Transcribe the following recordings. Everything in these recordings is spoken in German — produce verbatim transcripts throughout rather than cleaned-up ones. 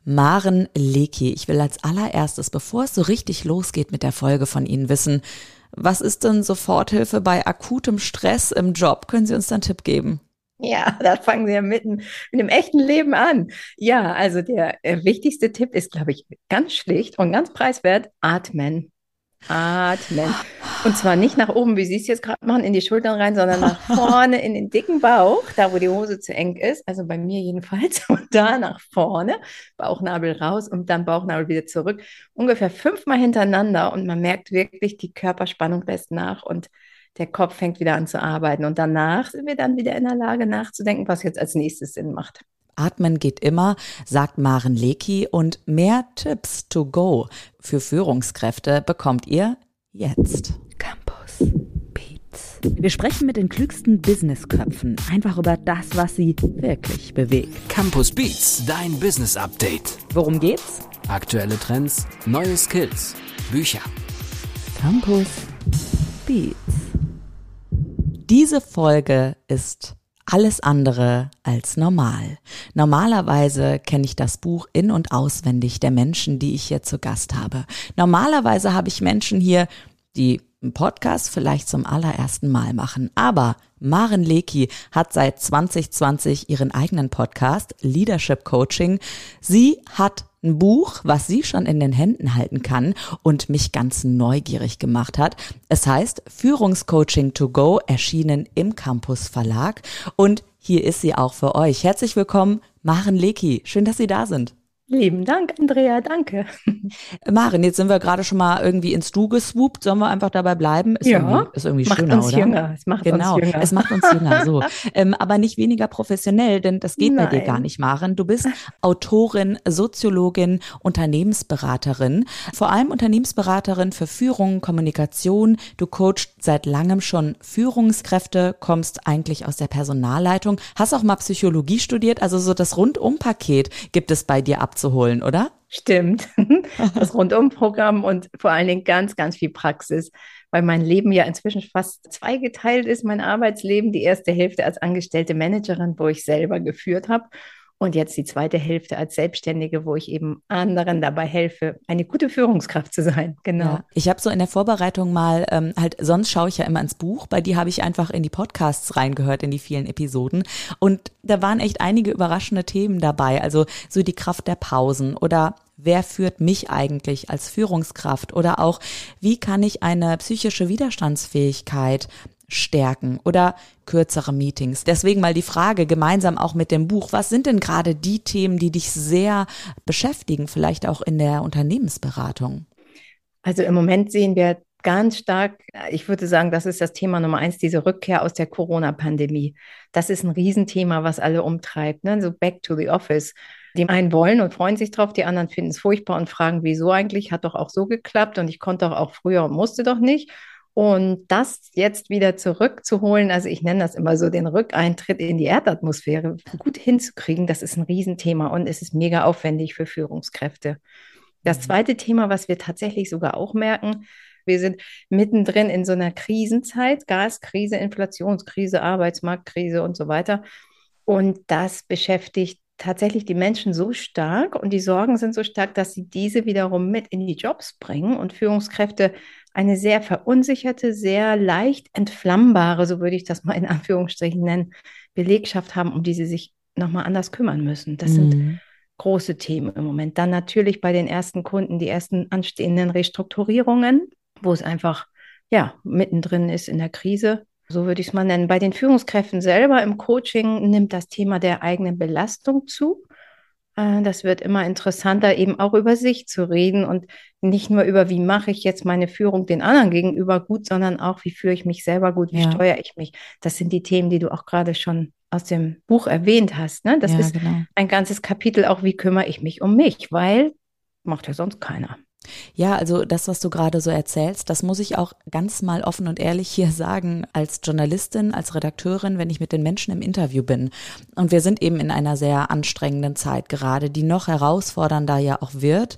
Maren Leckie. Ich will als allererstes, bevor es so richtig losgeht mit der Folge von Ihnen wissen, was ist denn Soforthilfe bei akutem Stress im Job? Können Sie uns da einen Tipp geben? Ja, da fangen Sie ja mitten in dem echten Leben an. Ja, also der äh, wichtigste Tipp ist, glaube ich, ganz schlicht und ganz preiswert: Atmen. Atmen. Und zwar nicht nach oben, wie Sie es jetzt gerade machen, in die Schultern rein, sondern nach vorne in den dicken Bauch, da wo die Hose zu eng ist, also bei mir jedenfalls, und da nach vorne, Bauchnabel raus und dann Bauchnabel wieder zurück, ungefähr fünfmal hintereinander, und man merkt wirklich, die Körperspannung lässt nach und der Kopf fängt wieder an zu arbeiten, und danach sind wir dann wieder in der Lage nachzudenken, was jetzt als nächstes Sinn macht. Atmen geht immer, sagt Maren Leckie, und mehr Tipps to go für Führungskräfte bekommt ihr jetzt. Campus Beats. Wir sprechen mit den klügsten Businessköpfen einfach über das, was sie wirklich bewegt. Campus Beats, dein Business Update. Worum geht's? Aktuelle Trends, neue Skills, Bücher. Campus Beats. Diese Folge ist alles andere als normal. Normalerweise kenne ich das Buch in- und auswendig der Menschen, die ich hier zu Gast habe. Normalerweise habe ich Menschen hier, die einen Podcast vielleicht zum allerersten Mal machen. Aber Maren Leckie hat seit zwanzig zwanzig ihren eigenen Podcast, Leadership Coaching. Sie hat ein Buch, was sie schon in den Händen halten kann und mich ganz neugierig gemacht hat. Es heißt Führungscoaching to go, erschienen im Campus Verlag. Und hier ist sie auch für euch. Herzlich willkommen, Maren Leckie. Schön, dass Sie da sind. Lieben Dank, Andrea, danke. Maren, jetzt sind wir gerade schon mal irgendwie ins Du geswoopt. Sollen wir einfach dabei bleiben? Ist Ja, irgendwie, ist irgendwie macht schöner, uns oder? jünger. Es macht Genau, uns jünger. es macht uns jünger, so. ähm, aber nicht weniger professionell, denn das geht bei dir Nein. gar nicht, Maren. Du bist Autorin, Soziologin, Unternehmensberaterin, vor allem Unternehmensberaterin für Führung, Kommunikation. Du coachst seit langem schon Führungskräfte, kommst eigentlich aus der Personalleitung, hast auch mal Psychologie studiert, also so das Rundum-Paket gibt es bei dir abzuholen, oder? Stimmt. Das Rundumprogramm und vor allen Dingen ganz, ganz viel Praxis, weil mein Leben ja inzwischen fast zweigeteilt ist, mein Arbeitsleben. Die erste Hälfte als angestellte Managerin, wo ich selber geführt habe, und jetzt die zweite Hälfte als Selbstständige, wo ich eben anderen dabei helfe, eine gute Führungskraft zu sein. Genau. Ja, ich habe so in der Vorbereitung mal, ähm, halt, sonst schaue ich ja immer ins Buch, bei dir habe ich einfach in die Podcasts reingehört, in die vielen Episoden, und da waren echt einige überraschende Themen dabei, also so die Kraft der Pausen oder wer führt mich eigentlich als Führungskraft oder auch, wie kann ich eine psychische Widerstandsfähigkeit stärken oder kürzere Meetings. Deswegen mal die Frage gemeinsam auch mit dem Buch, was sind denn gerade die Themen, die dich sehr beschäftigen, vielleicht auch in der Unternehmensberatung? Also im Moment sehen wir ganz stark, ich würde sagen, das ist das Thema Nummer eins, diese Rückkehr aus der Corona-Pandemie. Das ist ein Riesenthema, was alle umtreibt, ne? So back to the office. Die einen wollen und freuen sich drauf, die anderen finden es furchtbar und fragen, wieso eigentlich? Hat doch auch so geklappt und ich konnte doch auch früher und musste doch nicht. Und das jetzt wieder zurückzuholen, also ich nenne das immer so den Rückeintritt in die Erdatmosphäre, gut hinzukriegen, das ist ein Riesenthema und es ist mega aufwendig für Führungskräfte. Das zweite Thema, was wir tatsächlich sogar auch merken: Wir sind mittendrin in so einer Krisenzeit, Gaskrise, Inflationskrise, Arbeitsmarktkrise und so weiter. Und das beschäftigt tatsächlich die Menschen so stark und die Sorgen sind so stark, dass sie diese wiederum mit in die Jobs bringen und Führungskräfte eine sehr verunsicherte, sehr leicht entflammbare, so würde ich das mal in Anführungsstrichen nennen, Belegschaft haben, um die sie sich nochmal anders kümmern müssen. Das sind Mhm. große Themen im Moment. Dann natürlich bei den ersten Kunden die ersten anstehenden Restrukturierungen, wo es einfach ja mittendrin ist in der Krise. So würde ich es mal nennen. Bei den Führungskräften selber im Coaching nimmt das Thema der eigenen Belastung zu. Äh, Das wird immer interessanter, eben auch über sich zu reden und nicht nur über, wie mache ich jetzt meine Führung den anderen gegenüber gut, sondern auch, wie führe ich mich selber gut, wie Ja, steuere ich mich. Das sind die Themen, die du auch gerade schon aus dem Buch erwähnt hast, ne? Das ja, ist genau. ein ganzes Kapitel auch, wie kümmere ich mich um mich, weil macht ja sonst keiner. Ja, also das, was du gerade so erzählst, das muss ich auch ganz mal offen und ehrlich hier sagen, als Journalistin, als Redakteurin, wenn ich mit den Menschen im Interview bin. Und wir sind eben in einer sehr anstrengenden Zeit gerade, die noch herausfordernder ja auch wird.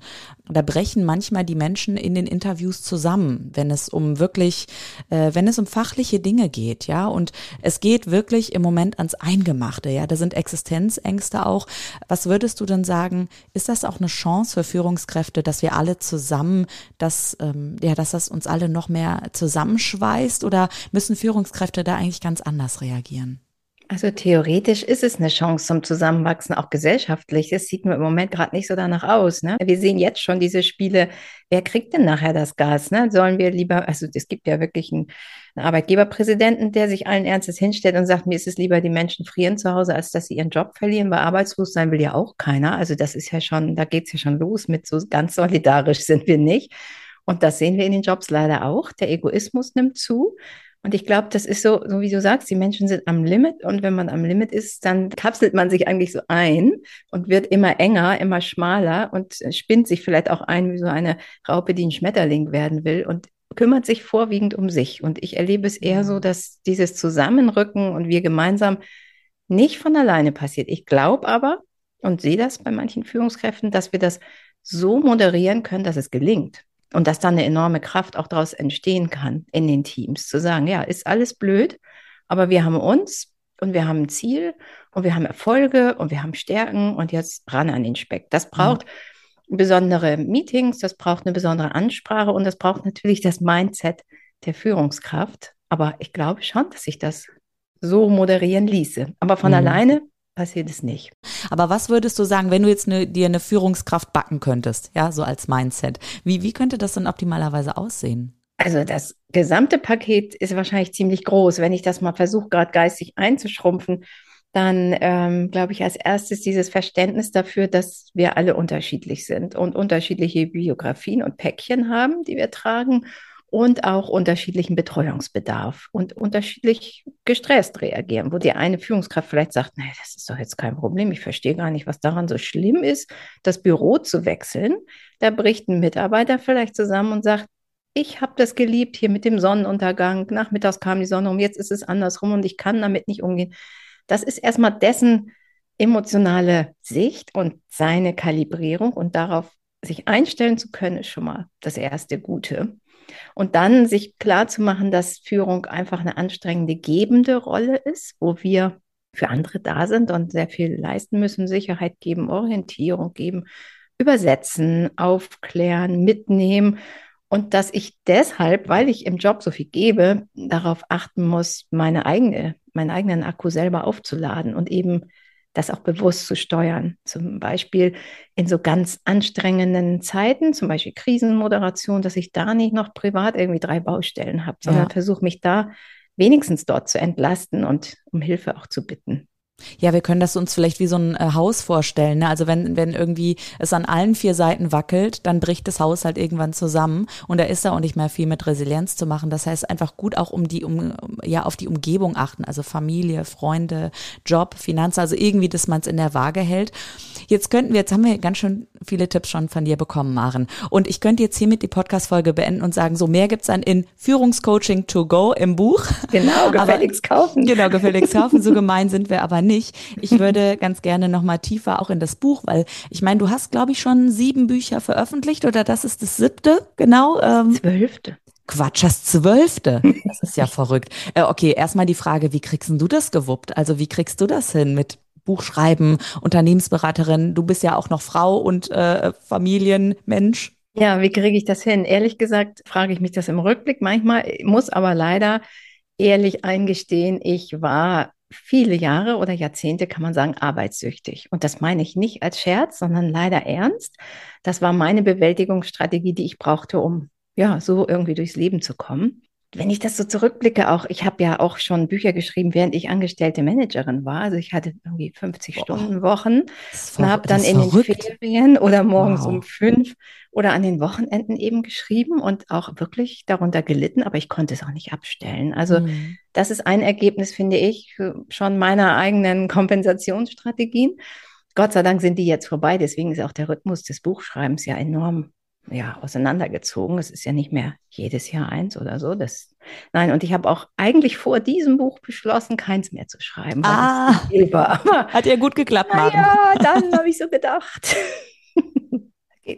da brechen manchmal die Menschen in den Interviews zusammen, wenn es um wirklich, äh, wenn es um fachliche Dinge geht, ja, und es geht wirklich im Moment ans Eingemachte, ja, da sind Existenzängste auch. Was würdest du denn sagen, ist das auch eine Chance für Führungskräfte, dass wir alle zusammen, dass, ähm, ja, dass das uns alle noch mehr zusammenschweißt, oder müssen Führungskräfte da eigentlich ganz anders reagieren? Also theoretisch ist es eine Chance zum Zusammenwachsen, auch gesellschaftlich. Das sieht mir im Moment gerade nicht so danach aus. Ne? Wir sehen jetzt schon diese Spiele, wer kriegt denn nachher das Gas? Ne? Sollen wir lieber, also es gibt ja wirklich einen, einen Arbeitgeberpräsidenten, der sich allen Ernstes hinstellt und sagt, mir ist es lieber, die Menschen frieren zu Hause, als dass sie ihren Job verlieren, weil arbeitslos sein will ja auch keiner. Also das ist ja schon, da geht es ja schon los mit, so ganz solidarisch sind wir nicht. Und das sehen wir in den Jobs leider auch. Der Egoismus nimmt zu. Und ich glaube, das ist so, so wie du sagst, die Menschen sind am Limit, und wenn man am Limit ist, dann kapselt man sich eigentlich so ein und wird immer enger, immer schmaler und spinnt sich vielleicht auch ein wie so eine Raupe, die ein Schmetterling werden will, und kümmert sich vorwiegend um sich. Und ich erlebe es eher so, dass dieses Zusammenrücken und wir gemeinsam nicht von alleine passiert. Ich glaube aber und sehe das bei manchen Führungskräften, dass wir das so moderieren können, dass es gelingt. Und dass dann eine enorme Kraft auch daraus entstehen kann in den Teams, zu sagen, ja, ist alles blöd, aber wir haben uns und wir haben ein Ziel und wir haben Erfolge und wir haben Stärken und jetzt ran an den Speck. Das braucht mhm. besondere Meetings, das braucht eine besondere Ansprache und das braucht natürlich das Mindset der Führungskraft. Aber ich glaube schon, dass sich das so moderieren ließe. Aber von mhm. alleine passiert es nicht. Aber was würdest du sagen, wenn du jetzt ne, dir eine Führungskraft backen könntest, ja, so als Mindset, wie, wie könnte das denn optimalerweise aussehen? Also das gesamte Paket ist wahrscheinlich ziemlich groß. Wenn ich das mal versuche, gerade geistig einzuschrumpfen, dann ähm, glaube ich als erstes dieses Verständnis dafür, dass wir alle unterschiedlich sind und unterschiedliche Biografien und Päckchen haben, die wir tragen, und auch unterschiedlichen Betreuungsbedarf und unterschiedlich gestresst reagieren, wo die eine Führungskraft vielleicht sagt, nee, das ist doch jetzt kein Problem, ich verstehe gar nicht, was daran so schlimm ist, das Büro zu wechseln. Da bricht ein Mitarbeiter vielleicht zusammen und sagt, ich habe das geliebt hier mit dem Sonnenuntergang, nachmittags kam die Sonne um, jetzt ist es andersrum und ich kann damit nicht umgehen. Das ist erstmal dessen emotionale Sicht und seine Kalibrierung, und darauf sich einstellen zu können, ist schon mal das erste Gute. Und dann sich klar zu machen, dass Führung einfach eine anstrengende, gebende Rolle ist, wo wir für andere da sind und sehr viel leisten müssen, Sicherheit geben, Orientierung geben, übersetzen, aufklären, mitnehmen. Und dass ich deshalb, weil ich im Job so viel gebe, darauf achten muss, meine eigene, meinen eigenen Akku selber aufzuladen und eben das auch bewusst zu steuern. Zum Beispiel in so ganz anstrengenden Zeiten, zum Beispiel Krisenmoderation, dass ich da nicht noch privat irgendwie drei Baustellen habe, sondern ja. versuche mich da wenigstens dort zu entlasten und um Hilfe auch zu bitten. Ja, wir können das uns vielleicht wie so ein äh, Haus vorstellen, ne? Also wenn wenn irgendwie es an allen vier Seiten wackelt, dann bricht das Haus halt irgendwann zusammen, und da ist da auch nicht mehr viel mit Resilienz zu machen. Das heißt, einfach gut auch um die um ja auf die Umgebung achten, also Familie, Freunde, Job, Finanzen, also irgendwie, dass man es in der Waage hält. Jetzt könnten wir, jetzt haben wir ganz schön viele Tipps schon von dir bekommen, Maren. Und ich könnte jetzt hiermit die Podcast-Folge beenden und sagen, so mehr gibt's dann in Führungscoaching to go im Buch. Genau, gefälligst kaufen. Genau, gefälligst kaufen. So gemein sind wir aber nicht. Ich würde ganz gerne noch mal tiefer auch in das Buch, weil ich meine, du hast, glaube ich, schon sieben Bücher veröffentlicht, oder das ist das siebte, genau. Ähm, Zwölfte. Quatsch, das zwölfte. Das ist ja verrückt. Äh, okay, erstmal die Frage, wie kriegst denn du das gewuppt? Also wie kriegst du das hin mit Buchschreiben, Unternehmensberaterin? Du bist ja auch noch Frau und äh, Familienmensch. Ja, wie kriege ich das hin? Ehrlich gesagt frage ich mich das im Rückblick manchmal, muss aber leider ehrlich eingestehen, ich war viele Jahre oder Jahrzehnte, kann man sagen, arbeitssüchtig. Und das meine ich nicht als Scherz, sondern leider ernst. Das war meine Bewältigungsstrategie, die ich brauchte, um ja so irgendwie durchs Leben zu kommen. Wenn ich das so zurückblicke, auch ich habe ja auch schon Bücher geschrieben, während ich angestellte Managerin war. Also ich hatte irgendwie fünfzig-Stunden-Wochen und habe dann in verrückt. den Ferien oder morgens wow. um fünf oder an den Wochenenden eben geschrieben und auch wirklich darunter gelitten, aber ich konnte es auch nicht abstellen. Also mhm. das ist ein Ergebnis, finde ich, schon meiner eigenen Kompensationsstrategien. Gott sei Dank sind die jetzt vorbei, deswegen ist auch der Rhythmus des Buchschreibens ja enorm ja, auseinandergezogen. Es ist ja nicht mehr jedes Jahr eins oder so. Das, nein, und ich habe auch eigentlich vor diesem Buch beschlossen, keins mehr zu schreiben. Weil ah, das war. Hat ja gut geklappt, Maren. Ja, dann habe ich so gedacht. Geht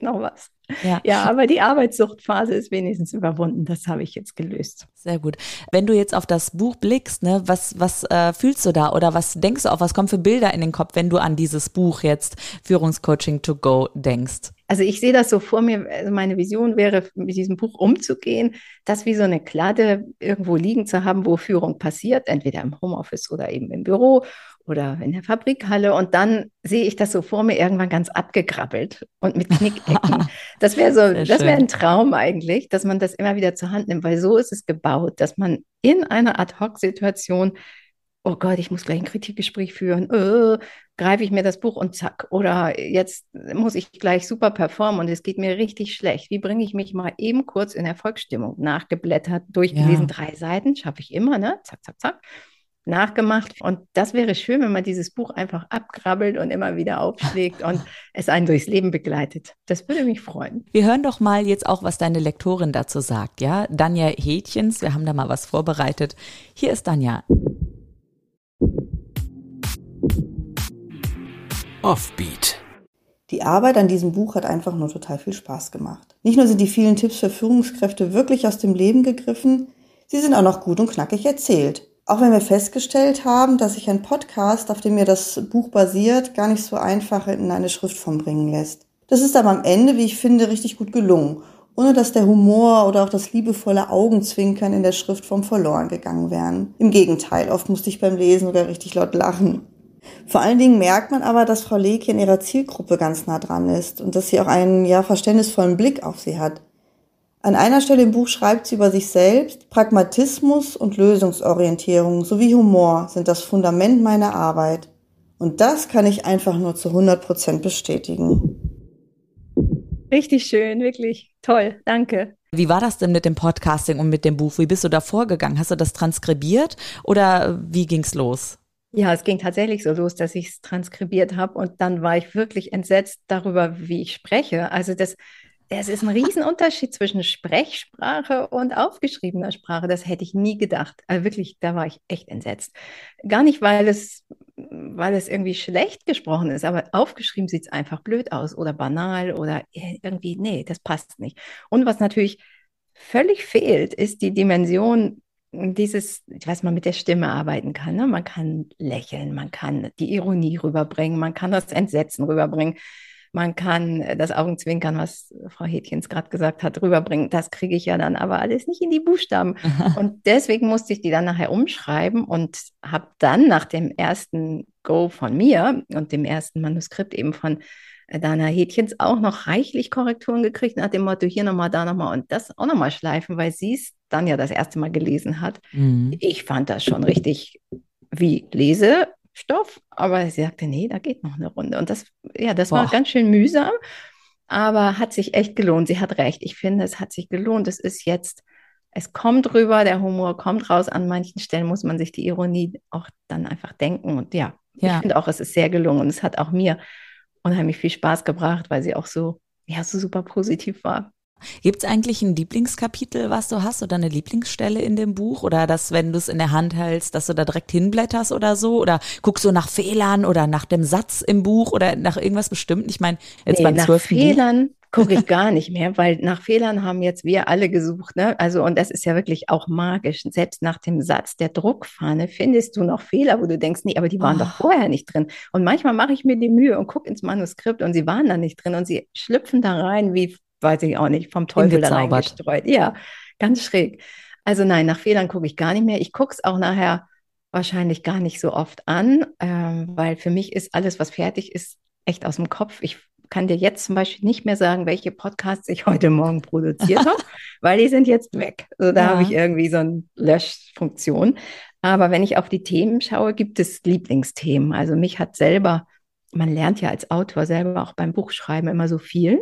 noch was. Ja. Ja, aber die Arbeitssuchtphase ist wenigstens überwunden. Das habe ich jetzt gelöst. Sehr gut. Wenn du jetzt auf das Buch blickst, ne, was, was äh, fühlst du da oder was denkst du auch, was kommen für Bilder in den Kopf, wenn du an dieses Buch jetzt Führungscoaching to go denkst? Also ich sehe das so vor mir, also meine Vision wäre, mit diesem Buch umzugehen, das wie so eine Kladde irgendwo liegen zu haben, wo Führung passiert, entweder im Homeoffice oder eben im Büro oder in der Fabrikhalle. Und dann sehe ich das so vor mir irgendwann ganz abgekrabbelt und mit Knickecken. Das wäre so, Sehr das wäre schön. ein Traum eigentlich, dass man das immer wieder zur Hand nimmt, weil so ist es gebaut, dass man in einer Ad-hoc-Situation, oh Gott, ich muss gleich ein Kritikgespräch führen, äh, greife ich mir das Buch und zack. Oder jetzt muss ich gleich super performen und es geht mir richtig schlecht. Wie bringe ich mich mal eben kurz in Erfolgsstimmung? Nachgeblättert, durchgelesen, Ja. drei Seiten, schaffe ich immer, ne? Zack, zack, zack. Nachgemacht. Und das wäre schön, wenn man dieses Buch einfach abkrabbelt und immer wieder aufschlägt und es einen durchs Leben begleitet. Das würde mich freuen. Wir hören doch mal jetzt auch, was deine Lektorin dazu sagt, ja? Danja Hätjens, wir haben da mal was vorbereitet. Hier ist Danja. Offbeat. Die Arbeit an diesem Buch hat einfach nur total viel Spaß gemacht. Nicht nur sind die vielen Tipps für Führungskräfte wirklich aus dem Leben gegriffen, sie sind auch noch gut und knackig erzählt. Auch wenn wir festgestellt haben, dass sich ein Podcast, auf dem mir das Buch basiert, gar nicht so einfach in eine Schriftform bringen lässt. Das ist aber am Ende, wie ich finde, richtig gut gelungen, ohne dass der Humor oder auch das liebevolle Augenzwinkern in der Schriftform verloren gegangen wären. Im Gegenteil, oft musste ich beim Lesen sogar richtig laut lachen. Vor allen Dingen merkt man aber, dass Frau Leke in ihrer Zielgruppe ganz nah dran ist und dass sie auch einen ja verständnisvollen Blick auf sie hat. An einer Stelle im Buch schreibt sie über sich selbst: Pragmatismus und Lösungsorientierung sowie Humor sind das Fundament meiner Arbeit. Und das kann ich einfach nur zu hundert Prozent bestätigen. Richtig schön, wirklich toll. Danke. Wie war das denn mit dem Podcasting und mit dem Buch? Wie bist du da vorgegangen? Hast du das transkribiert oder wie ging's los? Ja, es ging tatsächlich so los, dass ich es transkribiert habe und dann war ich wirklich entsetzt darüber, wie ich spreche. Also das, es ist ein Riesenunterschied zwischen Sprechsprache und aufgeschriebener Sprache. Das hätte ich nie gedacht. Also wirklich, da war ich echt entsetzt. Gar nicht, weil es, weil es irgendwie schlecht gesprochen ist, aber aufgeschrieben sieht es einfach blöd aus oder banal oder irgendwie, nee, das passt nicht. Und was natürlich völlig fehlt, ist die Dimension dieses, was man mit der Stimme arbeiten kann. Ne? Man kann lächeln, man kann die Ironie rüberbringen, man kann das Entsetzen rüberbringen, man kann das Augenzwinkern, was Frau Hätjens gerade gesagt hat, rüberbringen. Das kriege ich ja dann aber alles nicht in die Buchstaben. Und deswegen musste ich die dann nachher umschreiben und habe dann nach dem ersten Go von mir und dem ersten Manuskript eben von Dana Hätjens auch noch reichlich Korrekturen gekriegt, nach dem Motto, hier nochmal, da nochmal und das auch nochmal schleifen, weil sie es dann ja das erste Mal gelesen hat. Mhm. Ich fand das schon richtig wie Lesestoff, aber sie sagte, nee, da geht noch eine Runde. Und das, ja, das war Boah. ganz schön mühsam, aber hat sich echt gelohnt. Sie hat recht. Ich finde, es hat sich gelohnt. Es ist jetzt, es kommt rüber, der Humor kommt raus. An manchen Stellen muss man sich die Ironie auch dann einfach denken. Und ja, Ja. ich finde auch, es ist sehr gelungen. Und es hat auch mir unheimlich viel Spaß gebracht, weil sie auch so, ja, so super positiv war. Gibt es eigentlich ein Lieblingskapitel, was du hast oder eine Lieblingsstelle in dem Buch oder dass, wenn du es in der Hand hältst, dass du da direkt hinblätterst oder so oder guckst du nach Fehlern oder nach dem Satz im Buch oder nach irgendwas Bestimmten? Ich meine, jetzt Nee, beim nach zwölften Buch. Fehlern gucke ich gar nicht mehr, weil nach Fehlern haben jetzt wir alle gesucht, ne? Also, und das ist ja wirklich auch magisch. Selbst nach dem Satz der Druckfahne findest du noch Fehler, wo du denkst, nee, aber die waren Oh. doch vorher nicht drin. Und manchmal mache ich mir die Mühe und gucke ins Manuskript und sie waren da nicht drin und sie schlüpfen da rein, wie, weiß ich auch nicht, vom Teufel da Hingezaubert. reingestreut. Ja, ganz schräg. Also nein, nach Fehlern gucke ich gar nicht mehr. Ich gucke es auch nachher wahrscheinlich gar nicht so oft an, ähm, weil für mich ist alles, was fertig ist, echt aus dem Kopf. Ich kann dir jetzt zum Beispiel nicht mehr sagen, welche Podcasts ich heute Morgen produziert habe, weil die sind jetzt weg. Also da Ja. habe ich irgendwie so eine Löschfunktion. Aber wenn ich auf die Themen schaue, gibt es Lieblingsthemen. Also mich hat selber, man lernt ja als Autor selber auch beim Buchschreiben immer so viel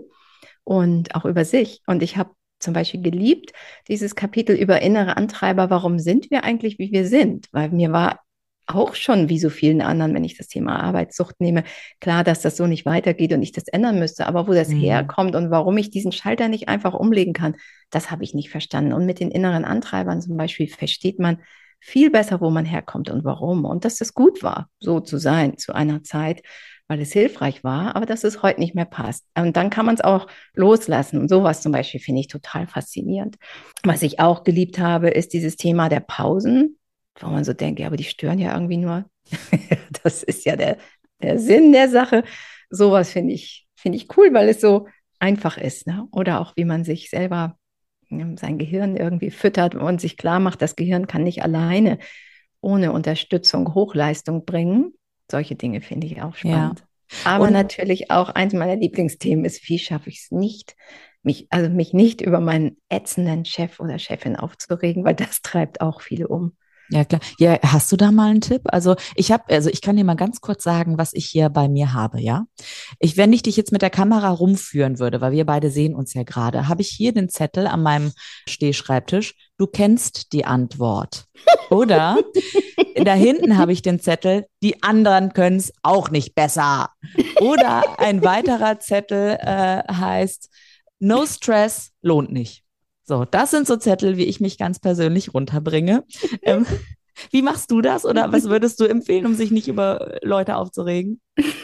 und auch über sich. Und ich habe zum Beispiel geliebt dieses Kapitel über innere Antreiber. Warum sind wir eigentlich, wie wir sind? Weil mir war auch schon wie so vielen anderen, wenn ich das Thema Arbeitssucht nehme, klar, dass das so nicht weitergeht und ich das ändern müsste. Aber wo das Mhm. herkommt und warum ich diesen Schalter nicht einfach umlegen kann, das habe ich nicht verstanden. Und mit den inneren Antreibern zum Beispiel versteht man viel besser, wo man herkommt und warum. Und dass das gut war, so zu sein zu einer Zeit, weil es hilfreich war, aber dass es heute nicht mehr passt. Und dann kann man es auch loslassen. Und sowas zum Beispiel finde ich total faszinierend. Was ich auch geliebt habe, ist dieses Thema der Pausen, wo man so denkt, ja, aber die stören ja irgendwie nur. Das ist ja der, der Sinn der Sache. Sowas finde ich, finde ich cool, weil es so einfach ist, ne? Oder auch, wie man sich selber, sein Gehirn irgendwie füttert und sich klar macht, das Gehirn kann nicht alleine ohne Unterstützung Hochleistung bringen. Solche Dinge finde ich auch spannend. Ja. Aber und natürlich auch eins meiner Lieblingsthemen ist, wie schaffe ich es nicht, mich, also mich nicht über meinen ätzenden Chef oder Chefin aufzuregen, weil das treibt auch viele um. Ja, klar. Ja, hast du da mal einen Tipp? Also ich habe, also ich kann dir mal ganz kurz sagen, was ich hier bei mir habe, ja? Ich, wenn ich dich jetzt mit der Kamera rumführen würde, weil wir beide sehen uns ja gerade, habe ich hier den Zettel an meinem Stehschreibtisch. Du kennst die Antwort. Oder da hinten habe ich den Zettel, die anderen können es auch nicht besser. Oder ein weiterer Zettel äh, heißt, no stress, lohnt nicht. So, das sind so Zettel, wie ich mich ganz persönlich runterbringe. Ähm, wie machst du das oder was würdest du empfehlen, um sich nicht über Leute aufzuregen?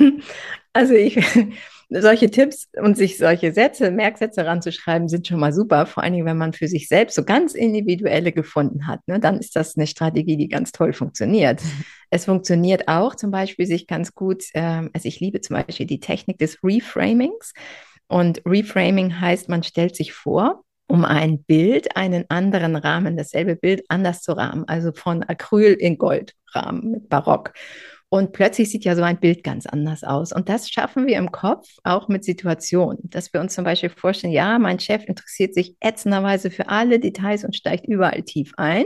Also ich, solche Tipps und sich solche Sätze, Merksätze ranzuschreiben, sind schon mal super. Vor allen Dingen, wenn man für sich selbst so ganz individuelle gefunden hat, ne, dann ist das eine Strategie, die ganz toll funktioniert. Es funktioniert auch zum Beispiel sich ganz gut, ähm, also ich liebe zum Beispiel die Technik des Reframings. Und Reframing heißt, man stellt sich vor, um ein Bild, einen anderen Rahmen, dasselbe Bild anders zu rahmen, also von Acryl in Goldrahmen mit Barock. Und plötzlich sieht ja so ein Bild ganz anders aus. Und das schaffen wir im Kopf auch mit Situationen, dass wir uns zum Beispiel vorstellen, ja, mein Chef interessiert sich ätzenderweise für alle Details und steigt überall tief ein.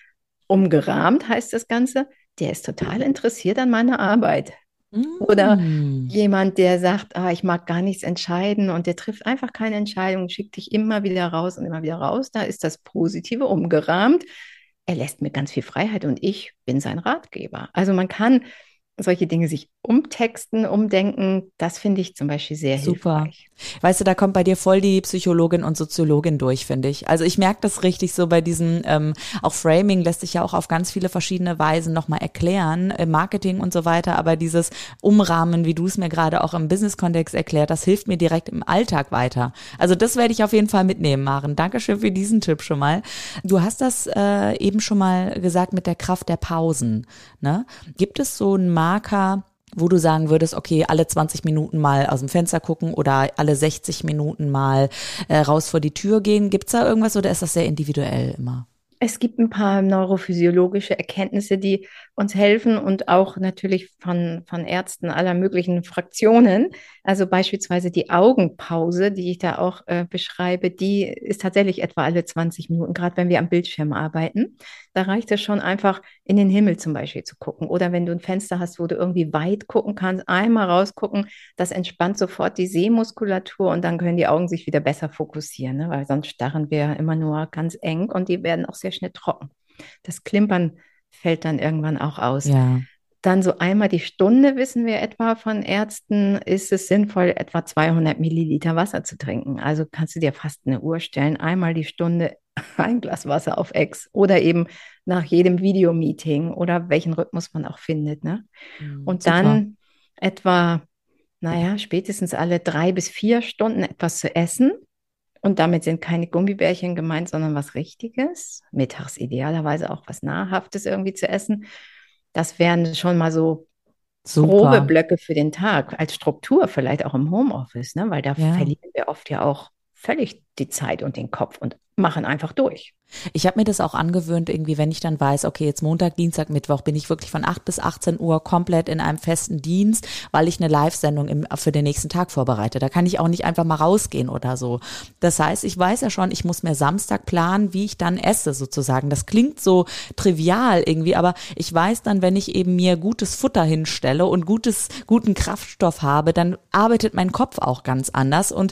Umgerahmt heißt das Ganze, der ist total interessiert an meiner Arbeit. Oder jemand, der sagt, ah, ich mag gar nichts entscheiden und der trifft einfach keine Entscheidung, schickt dich immer wieder raus und immer wieder raus. Da ist das Positive umgerahmt. Er lässt mir ganz viel Freiheit und ich bin sein Ratgeber. Also man kann solche Dinge sich umtexten, umdenken, das finde ich zum Beispiel sehr Super. hilfreich. Weißt du, da kommt bei dir voll die Psychologin und Soziologin durch, finde ich. Also ich merke das richtig so bei diesem, ähm, auch Framing lässt sich ja auch auf ganz viele verschiedene Weisen nochmal erklären, im Marketing und so weiter, aber dieses Umrahmen, wie du es mir gerade auch im Business-Kontext erklärt, das hilft mir direkt im Alltag weiter. Also das werde ich auf jeden Fall mitnehmen, Maren. Dankeschön für diesen Tipp schon mal. Du hast das äh, eben schon mal gesagt mit der Kraft der Pausen, ne? Gibt es so einen Marker, wo du sagen würdest, okay, alle zwanzig Minuten mal aus dem Fenster gucken oder alle sechzig Minuten mal äh, raus vor die Tür gehen? Gibt's da irgendwas oder ist das sehr individuell immer? Es gibt ein paar neurophysiologische Erkenntnisse, die uns helfen und auch natürlich von, von Ärzten aller möglichen Fraktionen. Also beispielsweise die Augenpause, die ich da auch äh, beschreibe, die ist tatsächlich etwa alle zwanzig Minuten, gerade wenn wir am Bildschirm arbeiten. Da reicht es schon einfach, in den Himmel zum Beispiel zu gucken. Oder wenn du ein Fenster hast, wo du irgendwie weit gucken kannst, einmal rausgucken, das entspannt sofort die Sehmuskulatur und dann können die Augen sich wieder besser fokussieren, ne? Weil sonst starren wir immer nur ganz eng und die werden auch sehr schnell trocken. Das Klimpern fällt dann irgendwann auch aus. Ja. Dann so einmal die Stunde, wissen wir etwa von Ärzten, ist es sinnvoll, etwa zweihundert Milliliter Wasser zu trinken. Also kannst du dir fast eine Uhr stellen, einmal die Stunde ein Glas Wasser auf Ex oder eben nach jedem Videomeeting oder welchen Rhythmus man auch findet, ne? Mhm, und super. dann etwa, naja, spätestens alle drei bis vier Stunden etwas zu essen. Und damit sind keine Gummibärchen gemeint, sondern was Richtiges. Mittags idealerweise auch was Nahrhaftes irgendwie zu essen. Das wären schon mal so Super. grobe Blöcke für den Tag, als Struktur vielleicht auch im Homeoffice, ne? Weil da Ja. verlieren wir oft ja auch völlig die Zeit und den Kopf und machen einfach durch. Ich habe mir das auch angewöhnt, irgendwie, wenn ich dann weiß, okay, jetzt Montag, Dienstag, Mittwoch bin ich wirklich von acht bis achtzehn Uhr komplett in einem festen Dienst, weil ich eine Live-Sendung im, für den nächsten Tag vorbereite. Da kann ich auch nicht einfach mal rausgehen oder so. Das heißt, ich weiß ja schon, ich muss mir Samstag planen, wie ich dann esse sozusagen. Das klingt so trivial irgendwie, aber ich weiß dann, wenn ich eben mir gutes Futter hinstelle und gutes, guten Kraftstoff habe, dann arbeitet mein Kopf auch ganz anders und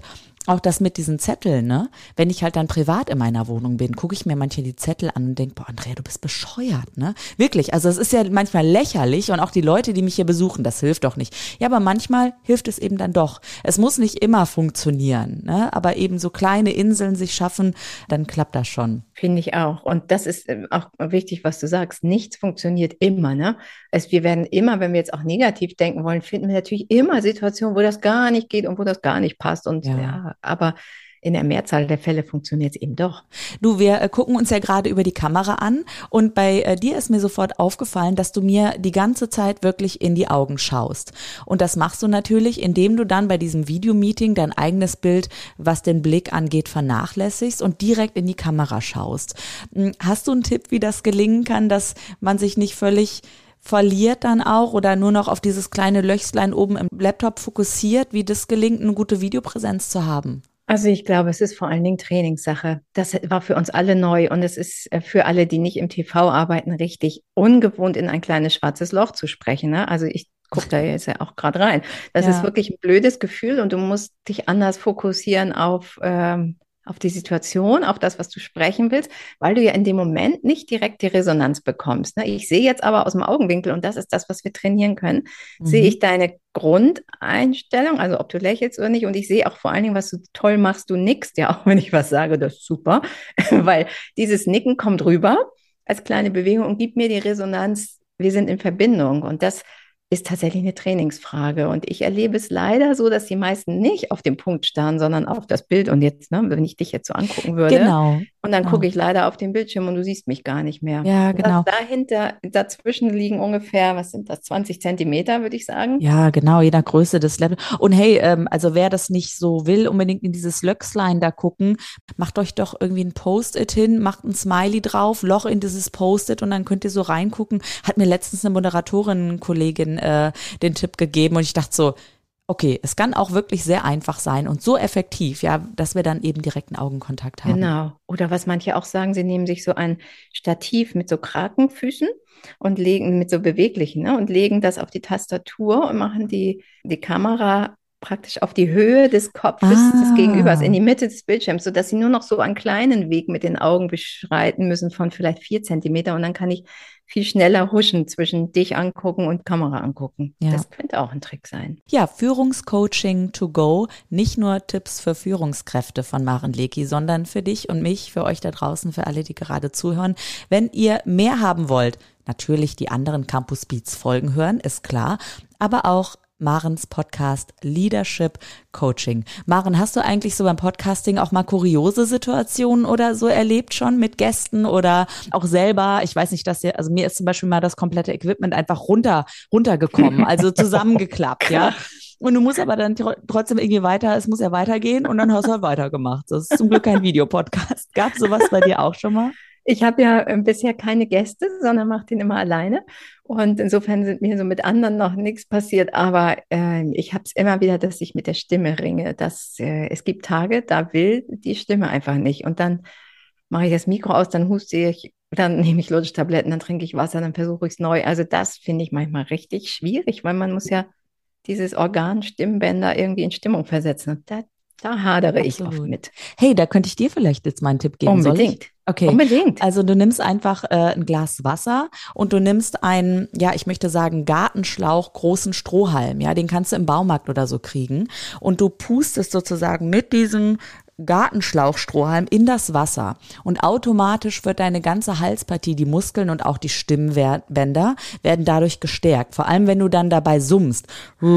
auch das mit diesen Zetteln, ne? Wenn ich halt dann privat in meiner Wohnung bin, gucke ich mir manchmal die Zettel an und denke, boah, Andrea, du bist bescheuert, ne? Wirklich, also es ist ja manchmal lächerlich und auch die Leute, die mich hier besuchen, das hilft doch nicht. Ja, aber manchmal hilft es eben dann doch. Es muss nicht immer funktionieren, ne? Aber eben so kleine Inseln sich schaffen, dann klappt das schon. Finde ich auch. Und das ist äh, auch wichtig, was du sagst. Nichts funktioniert immer, ne? Es, wir werden immer, wenn wir jetzt auch negativ denken wollen, finden wir natürlich immer Situationen, wo das gar nicht geht und wo das gar nicht passt. Und Ja. ja, aber in der Mehrzahl der Fälle funktioniert es eben doch. Du, wir äh, gucken uns ja gerade über die Kamera an und bei äh, dir ist mir sofort aufgefallen, dass du mir die ganze Zeit wirklich in die Augen schaust. Und das machst du natürlich, indem du dann bei diesem Videomeeting dein eigenes Bild, was den Blick angeht, vernachlässigst und direkt in die Kamera schaust. Hm, Hast du einen Tipp, wie das gelingen kann, dass man sich nicht völlig verliert dann auch oder nur noch auf dieses kleine Löchslein oben im Laptop fokussiert, wie das gelingt, eine gute Videopräsenz zu haben? Also ich glaube, es ist vor allen Dingen Trainingssache. Das war für uns alle neu und es ist äh, für alle, die nicht im T V arbeiten, richtig ungewohnt, in ein kleines schwarzes Loch zu sprechen. Ne? Also ich gucke da jetzt ja auch gerade rein. Das Ja. ist wirklich ein blödes Gefühl und du musst dich anders fokussieren auf, ähm, auf die Situation, auf das, was du sprechen willst, weil du ja in dem Moment nicht direkt die Resonanz bekommst. Ne? Ich sehe jetzt aber aus dem Augenwinkel, und das ist das, was wir trainieren können, Mhm. sehe ich deine Grundeinstellung, also ob du lächelst oder nicht, und ich sehe auch vor allen Dingen, was du toll machst, du nickst ja auch, wenn ich was sage, das ist super, weil dieses Nicken kommt rüber als kleine Bewegung und gibt mir die Resonanz, wir sind in Verbindung, und das ist tatsächlich eine Trainingsfrage. Und ich erlebe es leider so, dass die meisten nicht auf den Punkt starren, sondern auf das Bild. Und jetzt, ne, wenn ich dich jetzt so angucken würde, Genau. und dann genau. gucke ich leider auf den Bildschirm und du siehst mich gar nicht mehr. Ja, Und genau. Das dahinter, dazwischen liegen ungefähr, was sind das, zwanzig Zentimeter, würde ich sagen. Ja, genau, je nach Größe des Laptops. Und hey, ähm, also wer das nicht so will, unbedingt in dieses Löchslein da gucken, macht euch doch irgendwie ein Post-it hin, macht ein Smiley drauf, Loch in dieses Post-it und dann könnt ihr so reingucken. Hat mir letztens eine Moderatorin, Kollegin äh, den Tipp gegeben und ich dachte so, okay, es kann auch wirklich sehr einfach sein und so effektiv, ja, dass wir dann eben direkten Augenkontakt haben. Genau. Oder was manche auch sagen, sie nehmen sich so ein Stativ mit so Krakenfüßen und legen mit so beweglichen, ne, und legen das auf die Tastatur und machen die, die Kamera praktisch auf die Höhe des Kopfes Ah. des Gegenübers, in die Mitte des Bildschirms, sodass sie nur noch so einen kleinen Weg mit den Augen beschreiten müssen von vielleicht vier Zentimeter, und dann kann ich viel schneller huschen zwischen dich angucken und Kamera angucken. Ja. Das könnte auch ein Trick sein. Ja, Führungscoaching to go, nicht nur Tipps für Führungskräfte von Maren Lecki, sondern für dich und mich, für euch da draußen, für alle, die gerade zuhören. Wenn ihr mehr haben wollt, natürlich die anderen Campus Beats Folgen hören, ist klar, aber auch Marens Podcast Leadership Coaching. Maren, hast du eigentlich so beim Podcasting auch mal kuriose Situationen oder so erlebt schon mit Gästen oder auch selber? Ich weiß nicht, dass ihr, also mir ist zum Beispiel mal das komplette Equipment einfach runter, runtergekommen, also zusammengeklappt, ja. Und du musst aber dann tr- trotzdem irgendwie weiter, es muss ja weitergehen und dann hast du halt weitergemacht. Das ist zum Glück kein Videopodcast. Gab es sowas bei dir auch schon mal? Ich habe ja äh, bisher keine Gäste, sondern mache den immer alleine. Und insofern sind mir so mit anderen noch nichts passiert. Aber äh, ich habe es immer wieder, dass ich mit der Stimme ringe. Dass, äh, es gibt Tage, da will die Stimme einfach nicht. Und dann mache ich das Mikro aus, dann huste ich, dann nehme ich Lutschtabletten, dann trinke ich Wasser, dann versuche ich es neu. Also das finde ich manchmal richtig schwierig, weil man muss ja dieses Organ Stimmbänder irgendwie in Stimmung versetzen. Und da, da hadere ich oft Absolut. mit. Hey, da könnte ich dir vielleicht jetzt mal einen Tipp geben. Soll ich? Unbedingt. Okay. Unbedingt. Also du nimmst einfach äh, ein Glas Wasser und du nimmst einen, ja, ich möchte sagen, Gartenschlauch, großen Strohhalm, ja, den kannst du im Baumarkt oder so kriegen und du pustest sozusagen mit diesem Gartenschlauchstrohhalm in das Wasser und automatisch wird deine ganze Halspartie, die Muskeln und auch die Stimmbänder werden dadurch gestärkt. Vor allem, wenn du dann dabei summst.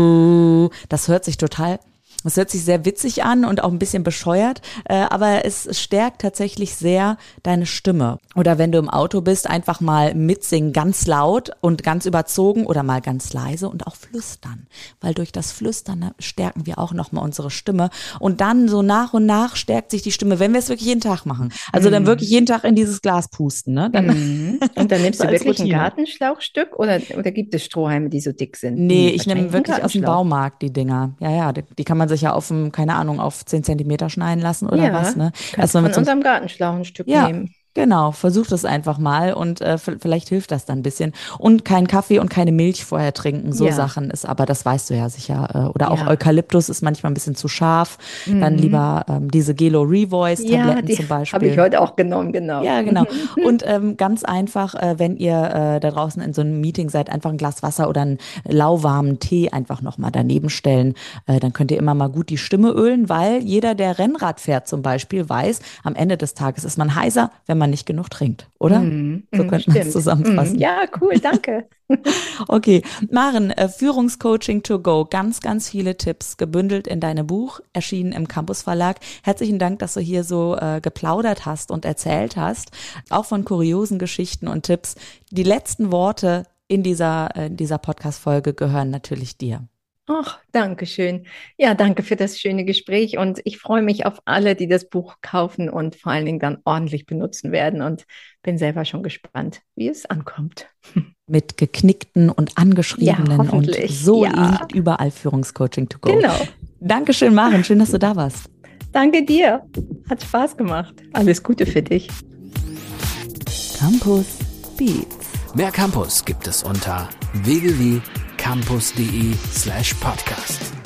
Das hört sich total Das hört sich sehr witzig an und auch ein bisschen bescheuert, äh, aber es stärkt tatsächlich sehr deine Stimme. Oder wenn du im Auto bist, einfach mal mitsingen, ganz laut und ganz überzogen oder mal ganz leise und auch flüstern. Weil durch das Flüstern stärken wir auch nochmal unsere Stimme. Und dann so nach und nach stärkt sich die Stimme, wenn wir es wirklich jeden Tag machen. Also dann wirklich jeden Tag in dieses Glas pusten. Ne? Dann, Mhm. Und dann nimmst So du als wirklich ein Routine. Gartenschlauchstück oder, oder gibt es Strohhalme, die so dick sind? Nee, Hm, ich nehme wahrscheinlich ein wirklich aus dem Gartenschlauch. Baumarkt die Dinger. Ja, ja, die, die kann man sich ja auf, dem, keine Ahnung, auf zehn Zentimeter schneiden lassen oder Ja, was, ne? kannst Erstmal von mit so einem unserem Gartenschlauch ein Stück Ja. nehmen. Genau, versucht es einfach mal und äh, f- vielleicht hilft das dann ein bisschen. Und kein Kaffee und keine Milch vorher trinken, so Ja. Sachen ist, aber das weißt du ja sicher. Äh, oder auch Ja. Eukalyptus ist manchmal ein bisschen zu scharf. Dann Mhm. lieber ähm, diese Gelo Revoice Ja, Tabletten die zum Beispiel. habe ich heute auch genommen, genau. Ja, genau. Und ähm, ganz einfach, äh, wenn ihr äh, da draußen in so einem Meeting seid, einfach ein Glas Wasser oder einen lauwarmen Tee einfach nochmal daneben stellen. Äh, dann könnt ihr immer mal gut die Stimme ölen, weil jeder, der Rennrad fährt zum Beispiel, weiß, am Ende des Tages ist man heiser, wenn man nicht genug trinkt, oder? Mhm, So mhm, könnte man es stimmt. zusammenfassen. Mhm, ja, cool, danke. Okay, Maren, äh, Führungscoaching to go, ganz, ganz viele Tipps gebündelt in deinem Buch, erschienen im Campus Verlag. Herzlichen Dank, dass du hier so äh, geplaudert hast und erzählt hast, auch von kuriosen Geschichten und Tipps. Die letzten Worte in dieser, äh, in dieser Podcast-Folge gehören natürlich dir. Ach, danke schön. Ja, danke für das schöne Gespräch und ich freue mich auf alle, die das Buch kaufen und vor allen Dingen dann ordentlich benutzen werden und bin selber schon gespannt, wie es ankommt. Mit geknickten und angeschriebenen Ja, und hoffentlich, so ja. liegt überall Führungscoaching to go. Genau. Dankeschön, Maren, schön, dass du da warst. Danke dir. Hat Spaß gemacht. Alles Gute für dich. Campus Beats. Mehr Campus gibt es unter w w w punkt campus punkt de slash podcast.